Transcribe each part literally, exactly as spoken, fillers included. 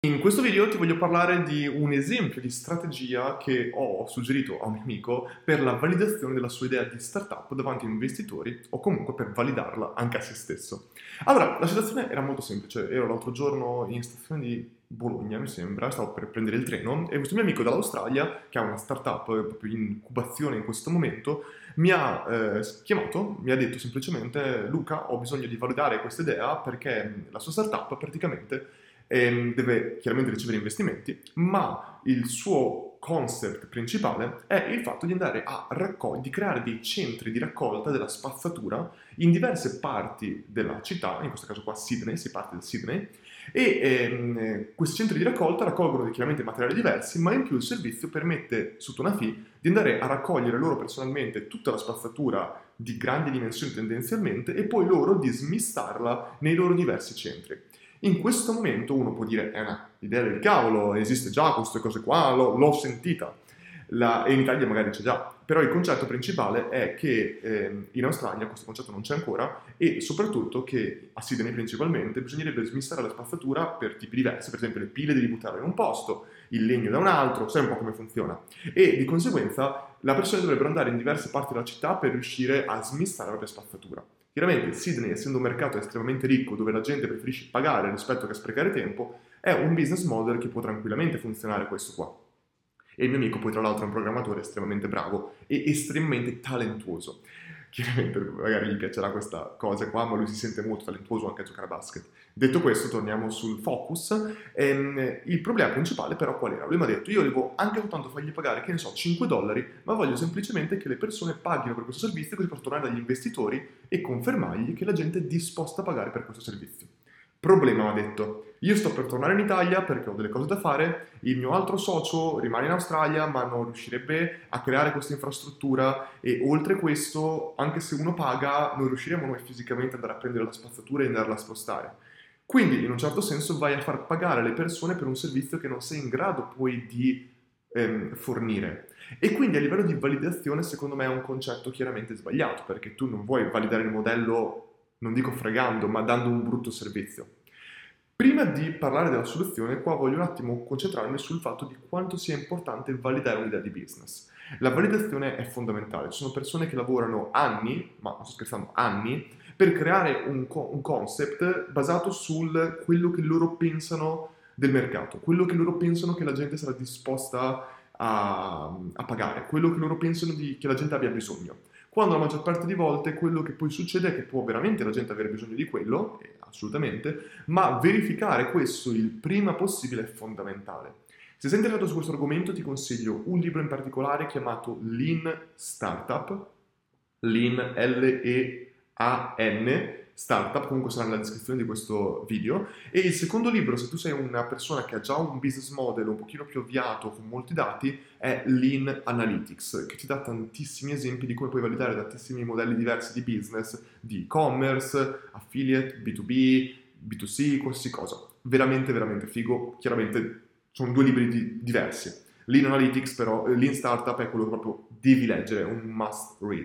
In questo video ti voglio parlare di un esempio di strategia che ho suggerito a un mio amico per la validazione della sua idea di startup davanti a investitori o comunque per validarla anche a se stesso. Allora, la situazione era molto semplice. Ero l'altro giorno in stazione di Bologna, mi sembra, stavo per prendere il treno e questo mio amico dall'Australia, che ha una startup proprio in incubazione in questo momento, mi ha eh, chiamato, mi ha detto semplicemente: Luca, ho bisogno di validare questa idea perché la sua startup praticamente ehm, deve chiaramente ricevere investimenti, ma il suo concept principale è il fatto di andare a raccogliere, di creare dei centri di raccolta della spazzatura in diverse parti della città, in questo caso qua Sydney, si parte da Sydney, e ehm, questi centri di raccolta raccolgono chiaramente materiali diversi, ma in più il servizio permette, sotto una fee, di andare a raccogliere loro personalmente tutta la spazzatura di grandi dimensioni tendenzialmente e poi loro di smistarla nei loro diversi centri. In questo momento uno può dire: è una idea del cavolo, esiste già queste cose qua, l'ho, l'ho sentita, la, e in Italia magari c'è già, però il concetto principale è che eh, in Australia questo concetto non c'è ancora e soprattutto che a Sydney principalmente bisognerebbe smistare la spazzatura per tipi diversi, per esempio le pile devi buttarle in un posto, il legno da un altro, sai un po' come funziona, e di conseguenza le persone dovrebbero andare in diverse parti della città per riuscire a smistare la propria spazzatura. Chiaramente Sydney, essendo un mercato estremamente ricco dove la gente preferisce pagare rispetto che sprecare tempo, è un business model che può tranquillamente funzionare questo qua. E il mio amico poi tra l'altro è un programmatore estremamente bravo e estremamente talentuoso. Chiaramente magari gli piacerà questa cosa qua, ma lui si sente molto talentuoso anche a giocare a basket. Detto questo, torniamo sul focus. Ehm, il problema principale però qual era? Lui mi ha detto: io devo anche soltanto fargli pagare, che ne so, cinque dollari, ma voglio semplicemente che le persone paghino per questo servizio, così posso tornare dagli investitori e confermargli che la gente è disposta a pagare per questo servizio. Problema, mi ha detto: io sto per tornare in Italia perché ho delle cose da fare, il mio altro socio rimane in Australia ma non riuscirebbe a creare questa infrastruttura e oltre questo, anche se uno paga, non riusciremo noi fisicamente ad andare a prendere la spazzatura e andarla a spostare. Quindi in un certo senso vai a far pagare le persone per un servizio che non sei in grado poi di ehm, fornire. E quindi a livello di validazione secondo me è un concetto chiaramente sbagliato, perché tu non vuoi validare il modello, non dico fregando, ma dando un brutto servizio. Prima di parlare della soluzione, qua voglio un attimo concentrarmi sul fatto di quanto sia importante validare un'idea di business. La validazione è fondamentale, ci sono persone che lavorano anni, ma non sto scherzando, anni, per creare un, co- un concept basato su quello che loro pensano del mercato, quello che loro pensano che la gente sarà disposta a, a pagare, quello che loro pensano di, che la gente abbia bisogno. Quando la maggior parte di volte quello che poi succede è che può veramente la gente avere bisogno di quello, eh, assolutamente, ma verificare questo il prima possibile è fondamentale. Se sei interessato su questo argomento ti consiglio un libro in particolare chiamato Lean Startup, Lean L E A N, Startup, comunque sarà nella descrizione di questo video. E il secondo libro, se tu sei una persona che ha già un business model un pochino più avviato, con molti dati, è Lean Analytics, che ti dà tantissimi esempi di come puoi validare tantissimi modelli diversi di business, di e-commerce, affiliate, B due B, B due C, qualsiasi cosa. Veramente, veramente figo. Chiaramente sono due libri di- diversi. Lean Analytics però, eh, Lean Startup è quello che proprio devi leggere, è un must read.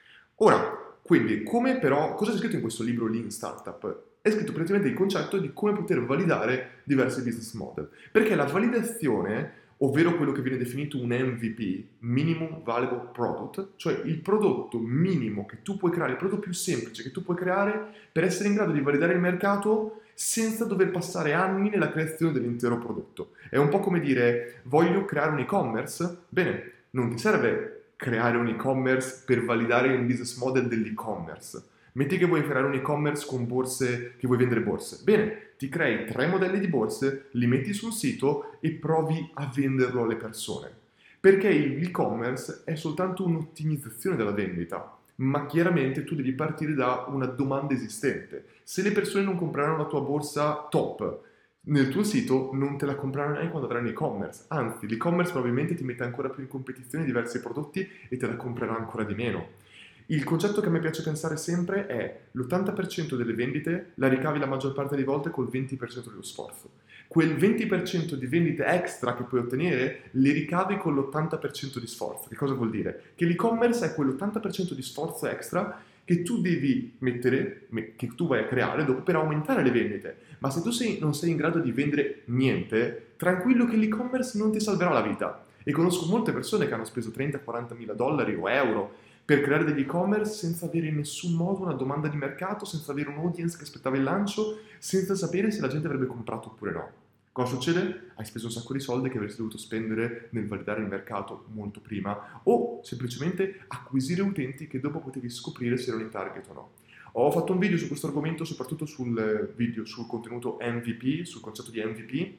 Ora, quindi, come però, cosa c'è scritto in questo libro Lean Startup? È scritto praticamente il concetto di come poter validare diversi business model. Perché la validazione, ovvero quello che viene definito un M V P, Minimum Valuable Product, cioè il prodotto minimo che tu puoi creare, il prodotto più semplice che tu puoi creare per essere in grado di validare il mercato senza dover passare anni nella creazione dell'intero prodotto. È un po' come dire: voglio creare un e-commerce? Bene, non ti serve creare un e-commerce per validare un business model dell'e-commerce. Metti che vuoi creare un e-commerce con borse, che vuoi vendere borse. Bene, ti crei tre modelli di borse, li metti sul sito e provi a venderlo alle persone. Perché l'e-commerce è soltanto un'ottimizzazione della vendita, ma chiaramente tu devi partire da una domanda esistente. Se le persone non compreranno la tua borsa top nel tuo sito, non te la compreranno neanche quando avrai un e-commerce. Anzi, l'e-commerce probabilmente ti mette ancora più in competizione diversi prodotti e te la comprerà ancora di meno. Il concetto che a me piace pensare sempre è: l'ottanta per cento delle vendite la ricavi la maggior parte delle volte col venti per cento dello sforzo. Quel venti per cento di vendite extra che puoi ottenere le ricavi con l'ottanta per cento di sforzo. Che cosa vuol dire? Che l'e-commerce è quell'ottanta per cento di sforzo extra che tu devi mettere, che tu vai a creare dopo per aumentare le vendite. Ma se tu sei, non sei in grado di vendere niente, tranquillo che l'e-commerce non ti salverà la vita. E conosco molte persone che hanno speso trenta quaranta mila dollari o euro per creare degli e-commerce senza avere in nessun modo una domanda di mercato, senza avere un audience che aspettava il lancio, senza sapere se la gente avrebbe comprato oppure no. Cosa succede? Hai speso un sacco di soldi che avresti dovuto spendere nel validare il mercato molto prima, o semplicemente acquisire utenti che dopo potevi scoprire se erano in target o no. Ho fatto un video su questo argomento, soprattutto sul video, sul contenuto M V P, sul concetto di M V P,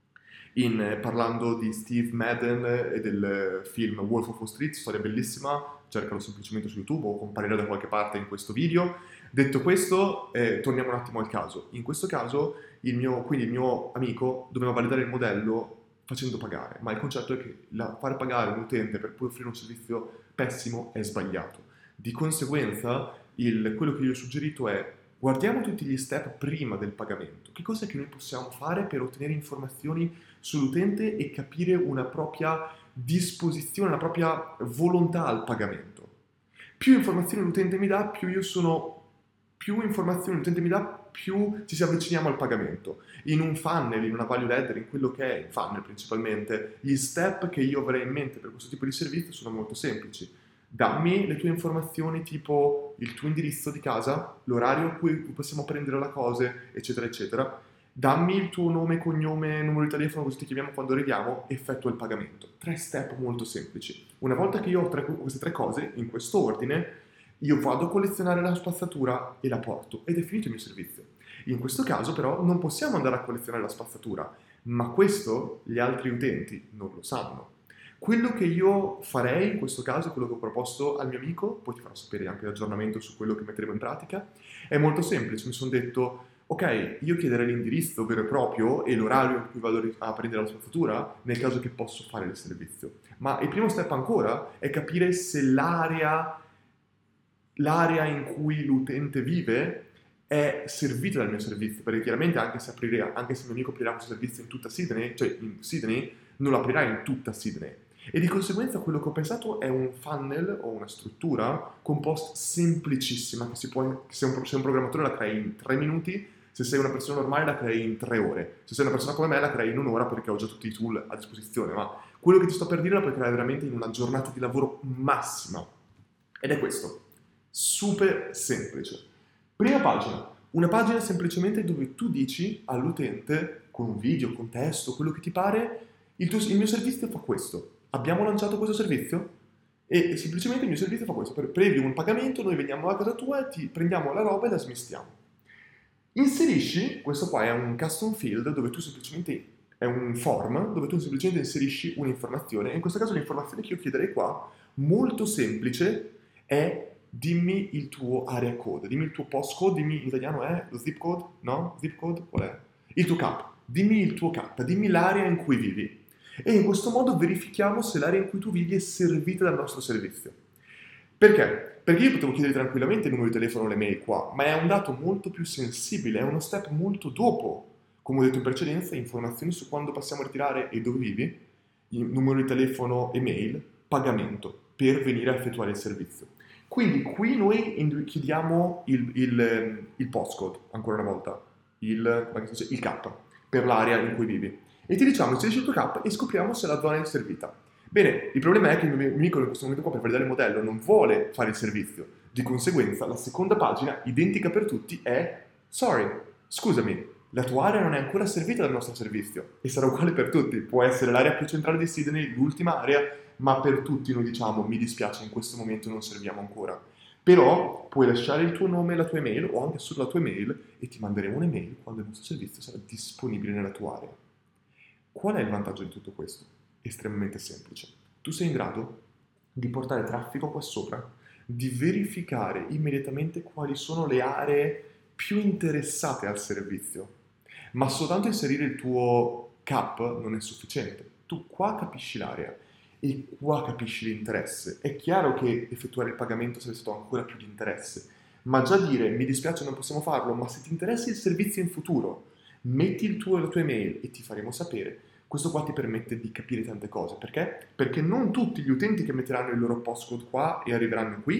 in, parlando di Steve Madden e del film Wolf of Wall Street, storia bellissima, cercalo semplicemente su YouTube o comparirà da qualche parte in questo video. Detto questo, eh, torniamo un attimo al caso. In questo caso, il mio, quindi il mio amico doveva validare il modello facendo pagare, ma il concetto è che la, far pagare un utente per poi offrire un servizio pessimo è sbagliato. Di conseguenza, il, quello che io ho suggerito è: guardiamo tutti gli step prima del pagamento. Che cosa è che noi possiamo fare per ottenere informazioni sull'utente e capire una propria disposizione, una propria volontà al pagamento? Più informazioni l'utente mi dà, più io sono, più informazioni l'utente mi dà, più ci si avviciniamo al pagamento. In un funnel, in una value ladder, in quello che è il funnel principalmente, gli step che io avrei in mente per questo tipo di servizio sono molto semplici. Dammi le tue informazioni, tipo il tuo indirizzo di casa, l'orario a cui possiamo prendere la cosa, eccetera, eccetera. Dammi il tuo nome, cognome, numero di telefono, così ti chiamiamo quando arriviamo, effettua il pagamento. Tre step molto semplici. Una volta che io ho tre, queste tre cose, in questo ordine, io vado a collezionare la spazzatura e la porto, ed è finito il mio servizio. In questo caso però non possiamo andare a collezionare la spazzatura, ma questo gli altri utenti non lo sanno. Quello che io farei in questo caso, quello che ho proposto al mio amico, poi ti farò sapere anche l'aggiornamento su quello che metteremo in pratica, è molto semplice. Mi sono detto: ok, io chiederei l'indirizzo vero e proprio e l'orario in cui vado a prendere la spazzatura nel caso che posso fare il servizio. Ma il primo step ancora è capire se l'area, l'area in cui l'utente vive è servita dal mio servizio, perché chiaramente anche se, aprirà, anche se il mio amico aprirà questo servizio in tutta Sydney, cioè in Sydney, non lo aprirà in tutta Sydney. E di conseguenza quello che ho pensato è un funnel o una struttura con post semplicissima che si può, che se un, se un programmatore la crei in tre minuti, se sei una persona normale la crei in tre ore, se sei una persona come me la crei in un'ora perché ho già tutti i tool a disposizione, ma quello che ti sto per dire la puoi creare veramente in una giornata di lavoro massima. Ed è questo, super semplice. Prima pagina, una pagina semplicemente dove tu dici all'utente, con un video, con testo, quello che ti pare: il, tuo, il mio servizio fa questo. Abbiamo lanciato questo servizio? E semplicemente il mio servizio fa questo. Per, previ un pagamento, noi veniamo a casa tua e ti prendiamo la roba e la smestiamo. Inserisci, questo qua è un custom field dove tu semplicemente, è un form dove tu semplicemente inserisci un'informazione, e in questo caso l'informazione che io chiederei qua, molto semplice, è: dimmi il tuo area code, dimmi il tuo postcode, dimmi, in italiano è lo zip code? No? Zip code? Qual è? Il tuo cap, dimmi il tuo cap, dimmi l'area in cui vivi. E in questo modo verifichiamo se l'area in cui tu vivi è servita dal nostro servizio. Perché? Perché io potevo chiedere tranquillamente il numero di telefono o le mail qua, ma è un dato molto più sensibile, è uno step molto dopo. Come ho detto in precedenza, informazioni su quando passiamo a ritirare e dove vivi, il numero di telefono e mail, pagamento, per venire a effettuare il servizio. Quindi qui noi chiediamo il, il, il postcode, ancora una volta, il, come si dice, il cap, per l'area in cui vivi. E ti diciamo inserisci il tuo cap e scopriamo se la zona è servita. Bene, il problema è che il mio amico in questo momento qua, per validare il modello, non vuole fare il servizio. Di conseguenza la seconda pagina, identica per tutti, è: sorry, scusami, la tua area non è ancora servita dal nostro servizio. E sarà uguale per tutti. Può essere l'area più centrale di Sydney, l'ultima area, ma per tutti noi diciamo: mi dispiace, in questo momento non serviamo ancora. Però puoi lasciare il tuo nome e la tua email, o anche solo la tua email, e ti manderemo un'email quando il nostro servizio sarà disponibile nella tua area. Qual è il vantaggio di tutto questo? Estremamente semplice. Tu sei in grado di portare traffico qua sopra, di verificare immediatamente quali sono le aree più interessate al servizio, ma soltanto inserire il tuo cap non è sufficiente. Tu qua capisci l'area e qua capisci l'interesse. È chiaro che effettuare il pagamento sarebbe stato ancora più di interesse, ma già dire: mi dispiace non possiamo farlo, ma se ti interessa il servizio in futuro, metti il tuo e la tua email e ti faremo sapere. Questo qua ti permette di capire tante cose. Perché? Perché non tutti gli utenti che metteranno il loro postcode qua e arriveranno qui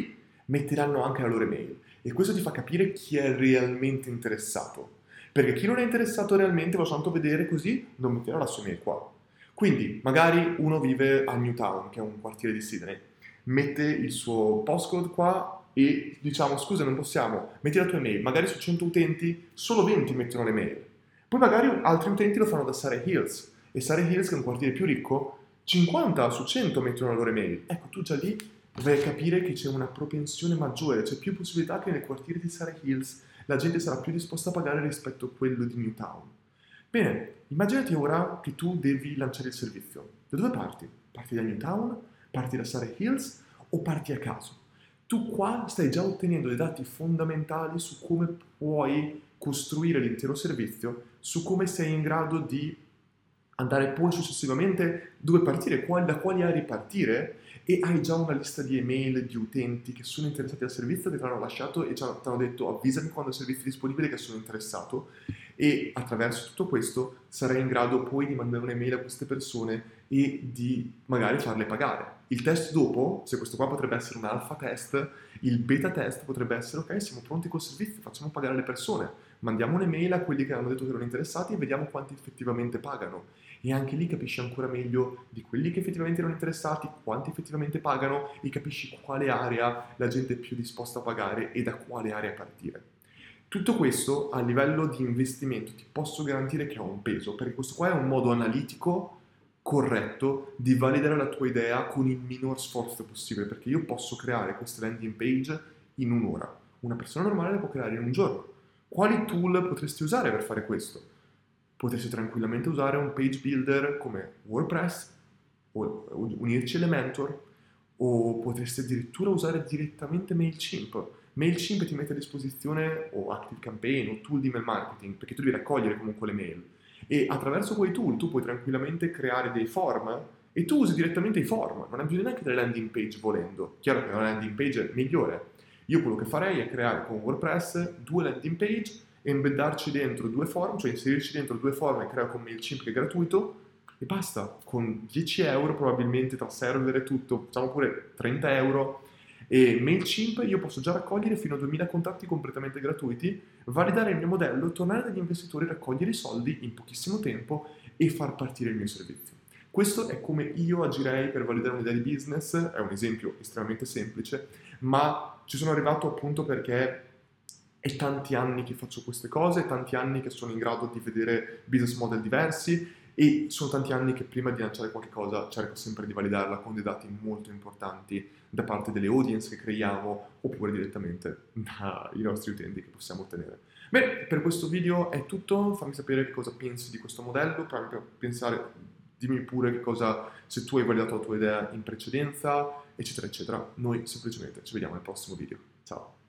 metteranno anche la loro email e questo ti fa capire chi è realmente interessato. Perché chi non è interessato realmente va soltanto a vedere così non metterà la sua email qua. Quindi magari uno vive a Newtown, che è un quartiere di Sydney, mette il suo postcode qua e diciamo scusa non possiamo, metti la tua email, magari su cento utenti solo venti mettono le mail. Poi magari altri utenti lo fanno da Surrey Hills e Surrey Hills che è un quartiere più ricco, cinquanta su cento mettono la loro email. Ecco, tu già lì vai a capire che c'è una propensione maggiore, c'è più possibilità che nel quartiere di Surrey Hills la gente sarà più disposta a pagare rispetto a quello di Newtown. Bene, immaginati ora che tu devi lanciare il servizio. Da dove parti? Parti da Newtown? Parti da Surrey Hills? O parti a caso? Tu qua stai già ottenendo dei dati fondamentali su come puoi costruire l'intero servizio, su come sei in grado di andare poi successivamente dove partire, quali, da quali aree partire, e hai già una lista di email di utenti che sono interessati al servizio, che ti hanno lasciato e ti hanno detto avvisami quando il servizio è disponibile che sono interessato, e attraverso tutto questo sarai in grado poi di mandare un'email a queste persone e di magari farle pagare. Il test dopo, se questo qua potrebbe essere un alpha test, il beta test potrebbe essere ok, siamo pronti col servizio, facciamo pagare le persone, mandiamo un'email a quelli che hanno detto che erano interessati e vediamo quanti effettivamente pagano. E anche lì capisci ancora meglio di quelli che effettivamente erano interessati, quanti effettivamente pagano e capisci quale area la gente è più disposta a pagare e da quale area partire. Tutto questo a livello di investimento ti posso garantire che ha un peso, perché questo qua è un modo analitico corretto di validare la tua idea con il minor sforzo possibile, perché io posso creare queste landing page in un'ora, una persona normale le può creare in un giorno. Quali tool potresti usare per fare questo? Potresti tranquillamente usare un page builder come WordPress o unirci Elementor, o potresti addirittura usare direttamente MailChimp. MailChimp ti mette a disposizione o ActiveCampaign o tool di email marketing, perché tu devi raccogliere comunque le mail. E attraverso quei tool tu puoi tranquillamente creare dei form e tu usi direttamente i form, non hai bisogno neanche delle landing page volendo. Chiaro che una landing page è migliore. Io quello che farei è creare con WordPress due landing page e embeddarci dentro due form, cioè inserirci dentro due form e creare con MailChimp che è gratuito e basta. Con dieci euro probabilmente tra server e tutto, facciamo pure trenta euro, e MailChimp io posso già raccogliere fino a duemila contatti completamente gratuiti, validare il mio modello, tornare dagli investitori, raccogliere i soldi in pochissimo tempo e far partire il mio servizio. Questo è come io agirei per validare un'idea di business, è un esempio estremamente semplice, ma ci sono arrivato appunto perché è tanti anni che faccio queste cose, tanti anni che sono in grado di vedere business model diversi e sono tanti anni che prima di lanciare qualche cosa cerco sempre di validarla con dei dati molto importanti da parte delle audience che creiamo oppure direttamente dai nostri utenti che possiamo ottenere. Bene, per questo video è tutto, fammi sapere che cosa pensi di questo modello, provi a pensare, dimmi pure che cosa, se tu hai validato la tua idea in precedenza, eccetera, eccetera. Noi semplicemente ci vediamo nel prossimo video. Ciao!